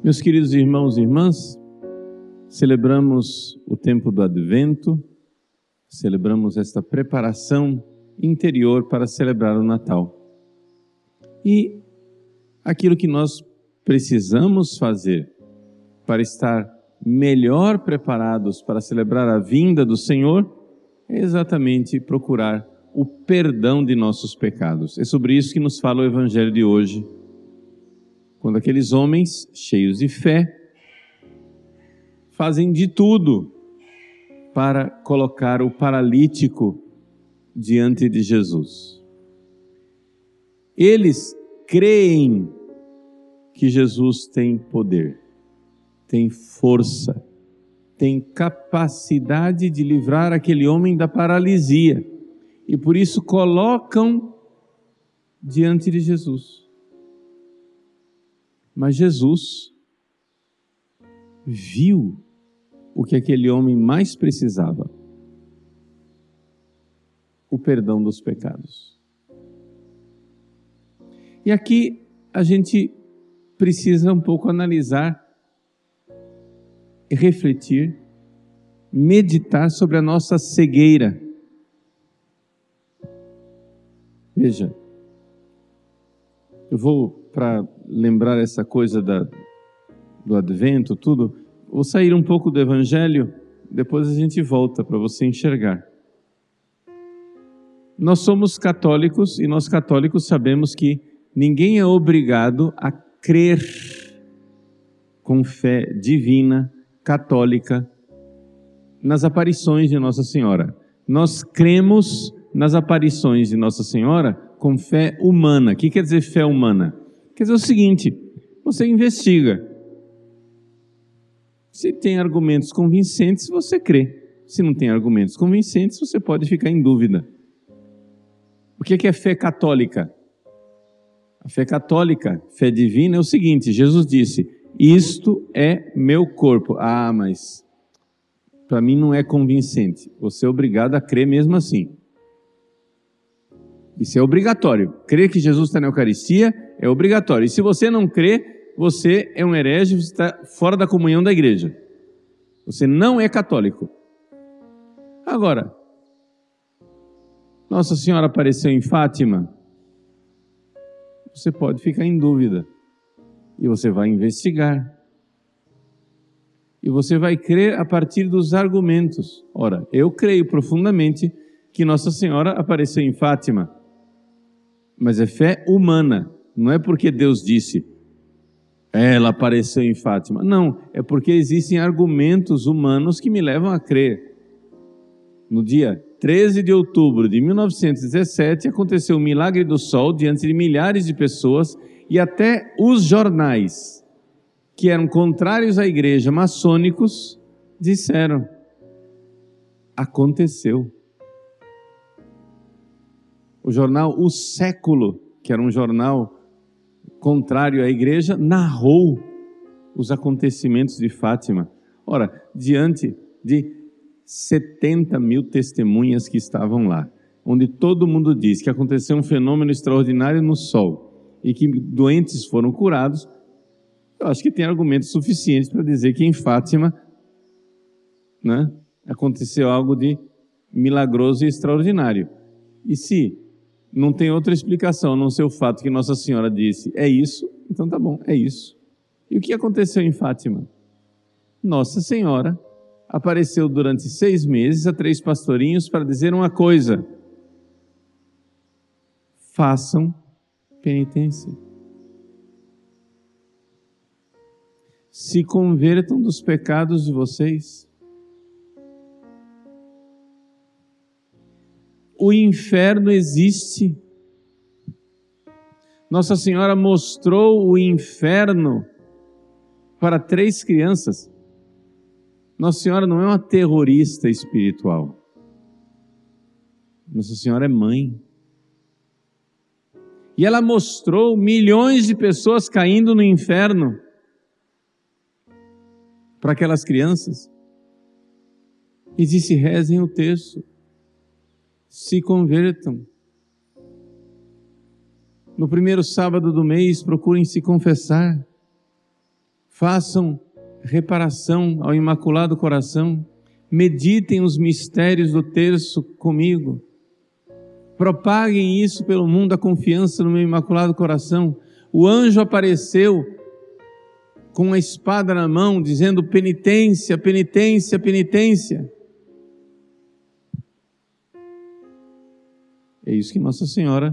Meus queridos irmãos e irmãs, celebramos o tempo do Advento, celebramos esta preparação interior para celebrar o Natal. E aquilo que nós precisamos fazer para estar melhor preparados para celebrar a vinda do Senhor é exatamente procurar o perdão de nossos pecados. É sobre isso que nos fala o Evangelho de hoje. Quando aqueles homens cheios de fé fazem de tudo para colocar o paralítico diante de Jesus. Eles creem que Jesus tem poder, tem força, tem capacidade de livrar aquele homem da paralisia e por isso colocam diante de Jesus. Mas Jesus viu o que aquele homem mais precisava: o perdão dos pecados. E aqui a gente precisa um pouco analisar, refletir, meditar sobre a nossa cegueira. Veja, eu vou, para lembrar essa coisa do Advento, tudo, vou sair um pouco do Evangelho, depois a gente volta para você enxergar. Nós somos católicos e nós católicos sabemos que ninguém é obrigado a crer com fé divina, católica, nas aparições de Nossa Senhora. Nós cremos nas aparições de Nossa Senhora com fé humana. O que quer dizer fé humana? Quer dizer o seguinte: você investiga. Se tem argumentos convincentes, você crê. Se não tem argumentos convincentes, você pode ficar em dúvida. O que é fé católica? A fé católica, fé divina, é o seguinte: Jesus disse, isto é meu corpo. Ah, mas para mim não é convincente. Você é obrigado a crer mesmo assim. Isso é obrigatório. Crer que Jesus está na Eucaristia é obrigatório. E se você não crê, você é um herege, você está fora da comunhão da igreja. Você não é católico. Agora, Nossa Senhora apareceu em Fátima. Você pode ficar em dúvida. E você vai investigar. E você vai crer a partir dos argumentos. Ora, eu creio profundamente que Nossa Senhora apareceu em Fátima. Mas é fé humana. Não é porque Deus disse, ela apareceu em Fátima. Não, é porque existem argumentos humanos que me levam a crer. No dia 13 de outubro de 1917, aconteceu o milagre do sol diante de milhares de pessoas e até os jornais, que eram contrários à igreja, maçônicos, disseram, aconteceu. O jornal O Século, que era um jornal contrário à igreja, narrou os acontecimentos de Fátima. Ora, diante de 70 mil testemunhas que estavam lá, onde todo mundo diz que aconteceu um fenômeno extraordinário no sol e que doentes foram curados, eu acho que tem argumentos suficientes para dizer que em Fátima, né, aconteceu algo de milagroso e extraordinário. E se não tem outra explicação, a não ser o fato que Nossa Senhora disse, é isso, então tá bom, é isso. E o que aconteceu em Fátima? Nossa Senhora apareceu durante 6 meses a 3 pastorinhos para dizer uma coisa: façam penitência. Se convertam dos pecados de vocês. O inferno existe. Nossa Senhora mostrou o inferno para 3 crianças. Nossa Senhora não é uma terrorista espiritual. Nossa Senhora é mãe. E ela mostrou milhões de pessoas caindo no inferno para aquelas crianças. E disse, rezem o terço. Se convertam. No primeiro sábado do mês, procurem se confessar. façam reparação ao Imaculado Coração, meditem os mistérios do terço comigo, propaguem isso pelo mundo, a confiança no meu Imaculado Coração. O anjo apareceu com uma espada na mão, dizendo penitência, penitência, penitência. É isso que Nossa Senhora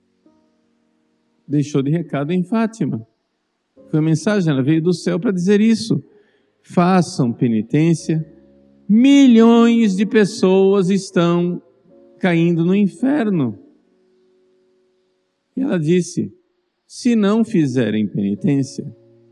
deixou de recado em Fátima. Foi a mensagem, ela veio do céu para dizer isso. Façam penitência. Milhões de pessoas estão caindo no inferno. E ela disse, se não fizerem penitência,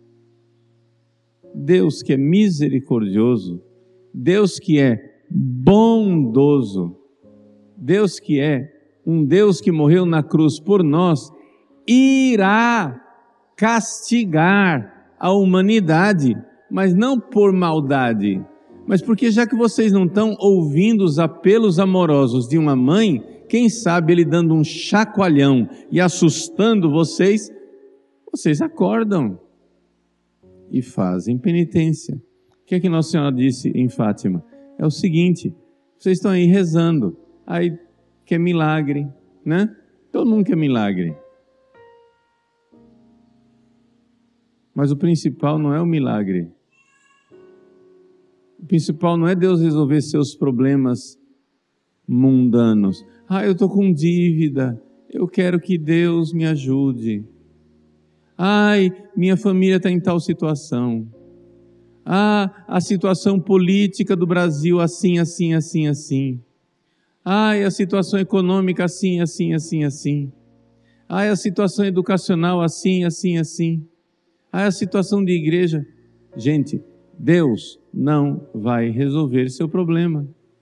Deus que é misericordioso, Deus que é bondoso, Deus que é um Deus que morreu na cruz por nós, irá castigar a humanidade, mas não por maldade, mas porque já que vocês não estão ouvindo os apelos amorosos de uma mãe, quem sabe ele dando um chacoalhão e assustando vocês, vocês acordam e fazem penitência. O que é que Nossa Senhora disse em Fátima? É o seguinte, vocês estão aí rezando, aí quer milagre, né? Todo mundo quer milagre. Mas o principal não é o milagre. O principal não é Deus resolver seus problemas mundanos. Eu estou com dívida, eu quero que Deus me ajude. Minha família está em tal situação. A situação política do Brasil assim, assim, assim, assim. A situação econômica assim, assim, assim, assim. A situação educacional assim, assim, assim. A situação de igreja. Gente, Deus não vai resolver seu problema.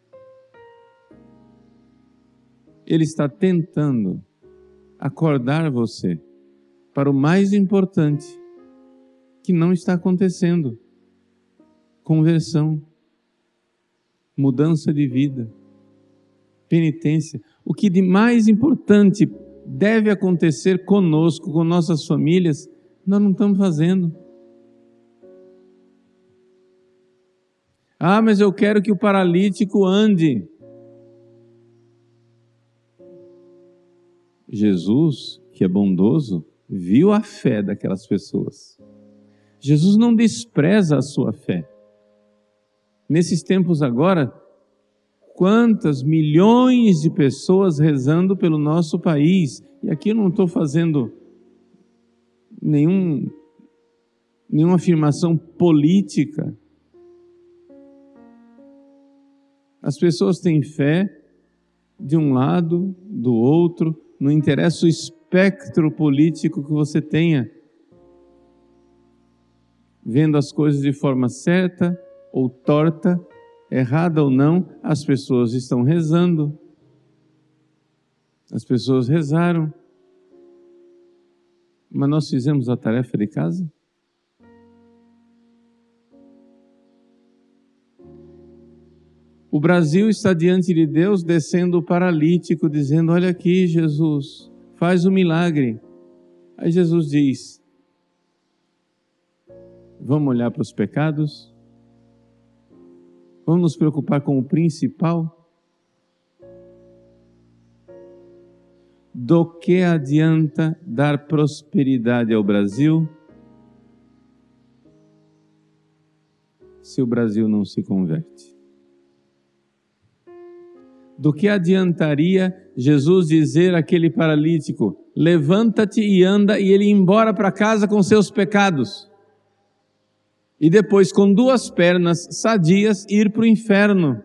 Ele está tentando acordar você para o mais importante que não está acontecendo. Conversão, mudança de vida, penitência. O que de mais importante deve acontecer conosco, com nossas famílias, nós não estamos fazendo. Mas eu quero que o paralítico ande. Jesus, que é bondoso, viu a fé daquelas pessoas. Jesus não despreza a sua fé. Nesses tempos agora, quantas milhões de pessoas rezando pelo nosso país. E aqui eu não estou fazendo nenhuma afirmação política. As pessoas têm fé de um lado, do outro, não interessa o espectro político que você tenha, vendo as coisas de forma certa ou torta, errada ou não, as pessoas estão rezando. As pessoas rezaram. Mas nós fizemos a tarefa de casa? O Brasil está diante de Deus descendo o paralítico, dizendo, olha aqui Jesus, faz o milagre. Aí Jesus diz, vamos olhar para os pecados? Vamos nos preocupar com o principal? Do que adianta dar prosperidade ao Brasil se o Brasil não se converte? Do que adiantaria Jesus dizer àquele paralítico, levanta-te e anda, e ele ir embora para casa com seus pecados? E depois, com duas pernas sadias, ir para o inferno.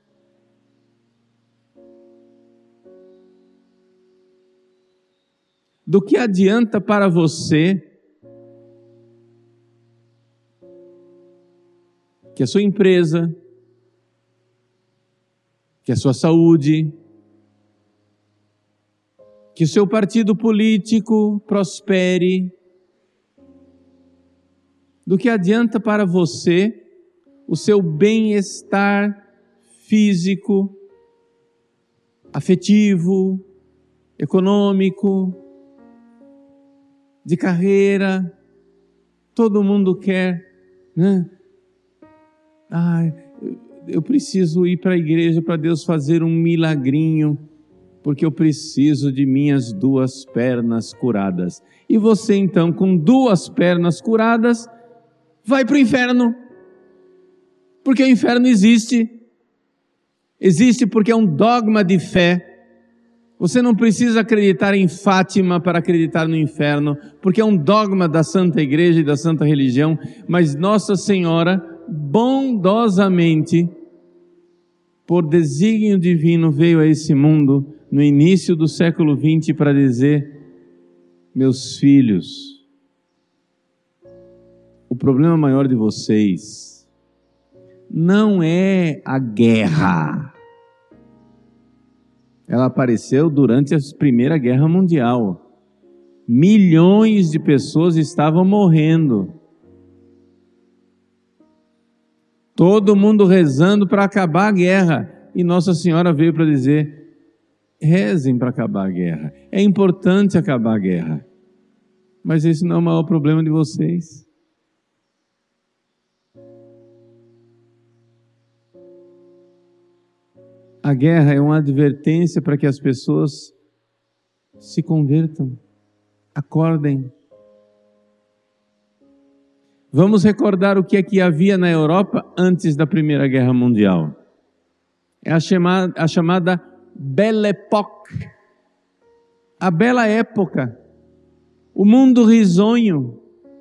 Do que adianta para você que a sua empresa, que a sua saúde, que o seu partido político prospere? Do que adianta para você o seu bem-estar físico, afetivo, econômico, de carreira? Todo mundo quer né? Eu preciso ir para a igreja para Deus fazer um milagrinho, porque eu preciso de minhas 2 pernas curadas. E você então, com 2 pernas curadas, vai para o inferno, porque o inferno existe porque é um dogma de fé. Você não precisa acreditar em Fátima para acreditar no inferno, porque é um dogma da Santa Igreja e da Santa Religião, mas Nossa Senhora, bondosamente, por desígnio divino, veio a esse mundo no início do século XX para dizer: meus filhos, o problema maior de vocês não é a guerra. Ela apareceu durante a Primeira Guerra Mundial. Milhões de pessoas estavam morrendo. Todo mundo rezando para acabar a guerra. E Nossa Senhora veio para dizer: rezem para acabar a guerra. É importante acabar a guerra. Mas esse não é o maior problema de vocês. A guerra é uma advertência para que as pessoas se convertam, acordem. Vamos recordar o que é que havia na Europa antes da Primeira Guerra Mundial. É a chamada Belle Époque, a bela época, o mundo risonho.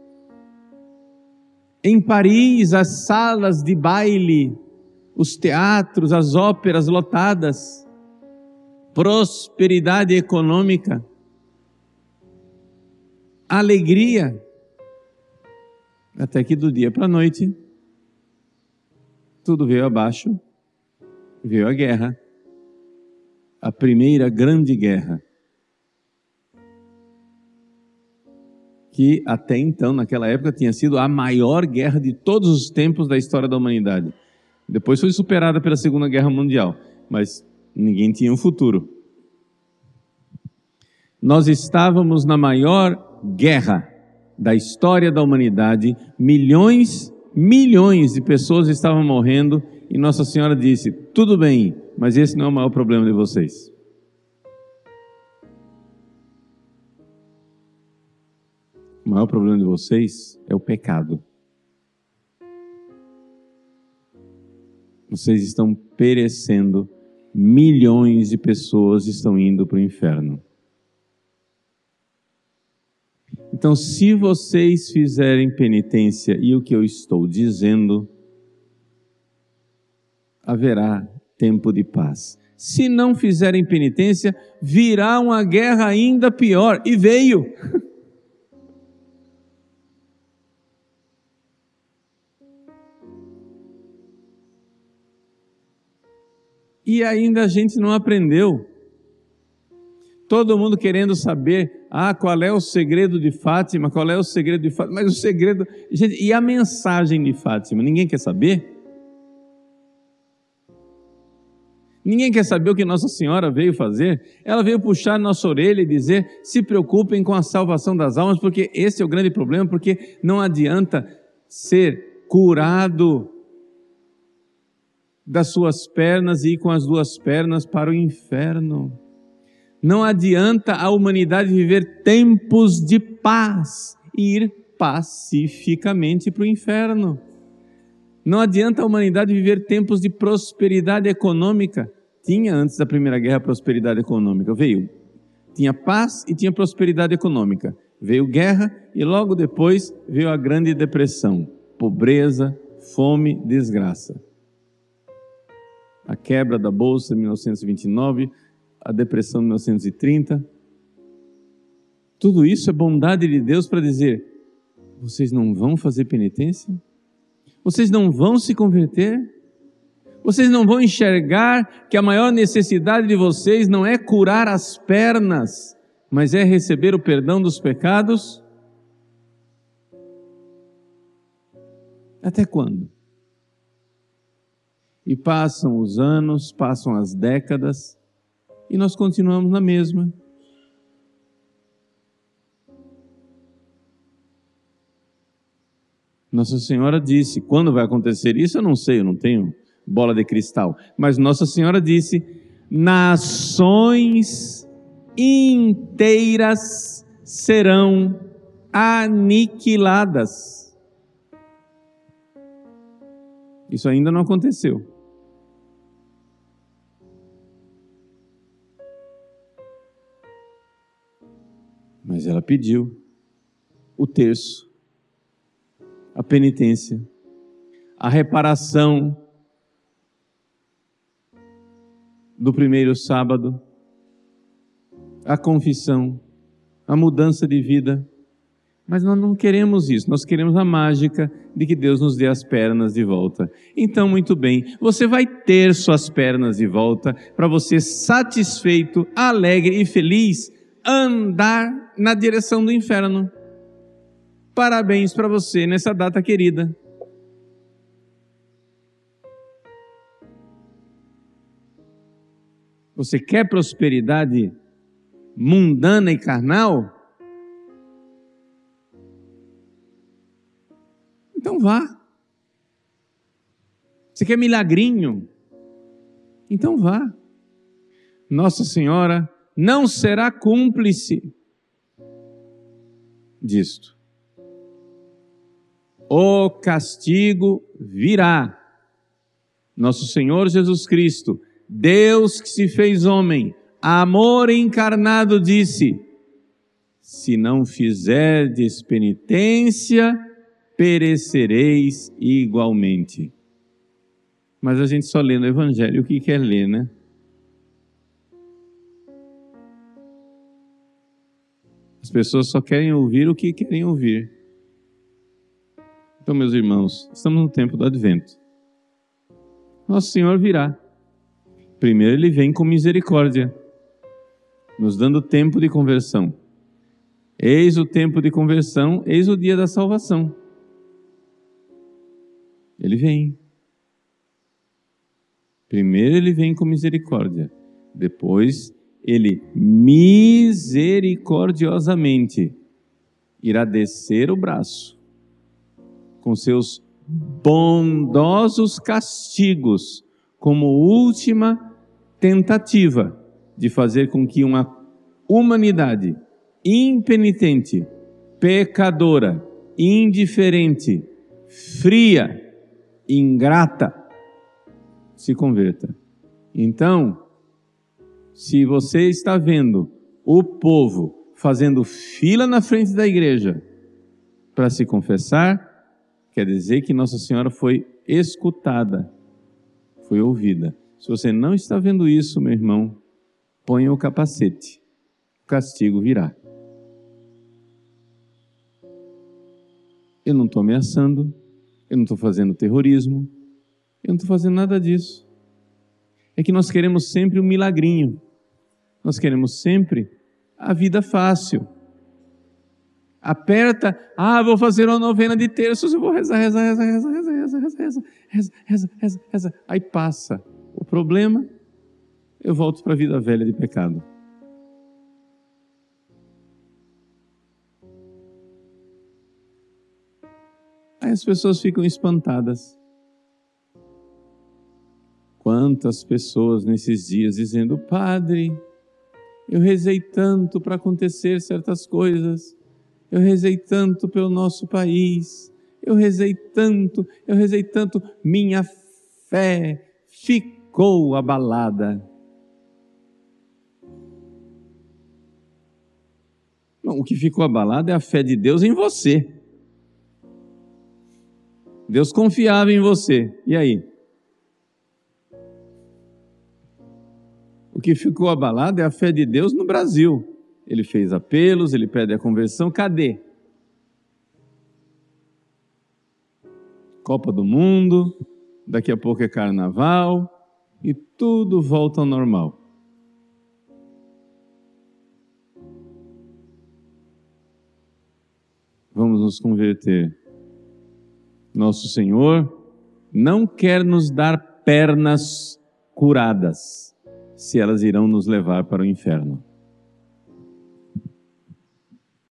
Em Paris, as salas de baile, os teatros, as óperas lotadas, prosperidade econômica, alegria, até que do dia para a noite, tudo veio abaixo, veio a guerra, a primeira grande guerra, que até então, naquela época, tinha sido a maior guerra de todos os tempos da história da humanidade. Depois foi superada pela Segunda Guerra Mundial, mas ninguém tinha um futuro. Nós estávamos na maior guerra da história da humanidade, milhões de pessoas estavam morrendo, e Nossa Senhora disse: tudo bem, mas esse não é o maior problema de vocês. O maior problema de vocês é o pecado. Vocês estão perecendo, milhões de pessoas estão indo para o inferno. Então, se vocês fizerem penitência e o que eu estou dizendo, haverá tempo de paz. Se não fizerem penitência, virá uma guerra ainda pior, e veio. E ainda a gente não aprendeu. Todo mundo querendo saber, qual é o segredo de Fátima, qual é o segredo de Fátima, mas o segredo, gente, e a mensagem de Fátima, ninguém quer saber? Ninguém quer saber o que Nossa Senhora veio fazer? Ela veio puxar nossa orelha e dizer: se preocupem com a salvação das almas, porque esse é o grande problema, porque não adianta ser curado das suas pernas e ir com as 2 pernas para o inferno. Não adianta a humanidade viver tempos de paz e ir pacificamente para o inferno. Não adianta a humanidade viver tempos de prosperidade econômica. Tinha antes da Primeira Guerra prosperidade econômica, tinha paz e tinha prosperidade econômica. Veio guerra e logo depois veio a Grande Depressão, pobreza, fome, desgraça. A quebra da Bolsa em 1929, a depressão em 1930. Tudo isso é bondade de Deus para dizer: vocês não vão fazer penitência? Vocês não vão se converter? Vocês não vão enxergar que a maior necessidade de vocês não é curar as pernas, mas é receber o perdão dos pecados? Até quando? E passam os anos, passam as décadas, e nós continuamos na mesma. Nossa Senhora disse, quando vai acontecer isso eu não sei, eu não tenho bola de cristal, mas Nossa Senhora disse, nações inteiras serão aniquiladas. Isso ainda não aconteceu. Mas ela pediu o terço, a penitência, a reparação do primeiro sábado, a confissão, a mudança de vida. Mas nós não queremos isso, nós queremos a mágica de que Deus nos dê as pernas de volta. Então, muito bem, você vai ter suas pernas de volta para você, satisfeito, alegre e feliz, andar na direção do inferno. Parabéns para você nessa data querida. Você quer prosperidade mundana e carnal? Então vá. Você quer milagrinho? Então vá. Nossa Senhora não será cúmplice disto. O castigo virá. Nosso Senhor Jesus Cristo, Deus que se fez homem, amor encarnado, disse: se não fizerdes penitência, perecereis igualmente. Mas a gente só lê no Evangelho o que quer ler, né? As pessoas só querem ouvir o que querem ouvir. Então, meus irmãos, estamos no tempo do Advento. Nosso Senhor virá. Primeiro Ele vem com misericórdia, nos dando tempo de conversão. Eis o tempo de conversão, eis o dia da salvação. Ele vem. Primeiro Ele vem com misericórdia, depois Ele misericordiosamente irá descer o braço com seus bondosos castigos, como última tentativa de fazer com que uma humanidade impenitente, pecadora, indiferente, fria, ingrata, se converta. Então, se você está vendo o povo fazendo fila na frente da igreja para se confessar, quer dizer que Nossa Senhora foi escutada, foi ouvida. Se você não está vendo isso, meu irmão, ponha o capacete, o castigo virá. Eu não estou ameaçando, eu não estou fazendo terrorismo, eu não estou fazendo nada disso. É que nós queremos sempre um milagrinho, nós queremos sempre a vida fácil. Aperta, vou fazer uma novena de terços, eu vou rezar. Aí passa o problema, eu volto para a vida velha de pecado. Aí as pessoas ficam espantadas. Quantas pessoas nesses dias dizendo: padre, eu rezei tanto para acontecer certas coisas, eu rezei tanto pelo nosso país, eu rezei tanto, minha fé ficou abalada. Não, o que ficou abalado é a fé de Deus em você. Deus confiava em você, e aí? O que ficou abalado é a fé de Deus no Brasil. Ele fez apelos, ele pede a conversão, cadê? Copa do Mundo, daqui a pouco é Carnaval, e tudo volta ao normal. Vamos nos converter. Nosso Senhor não quer nos dar pernas curadas, se elas irão nos levar para o inferno.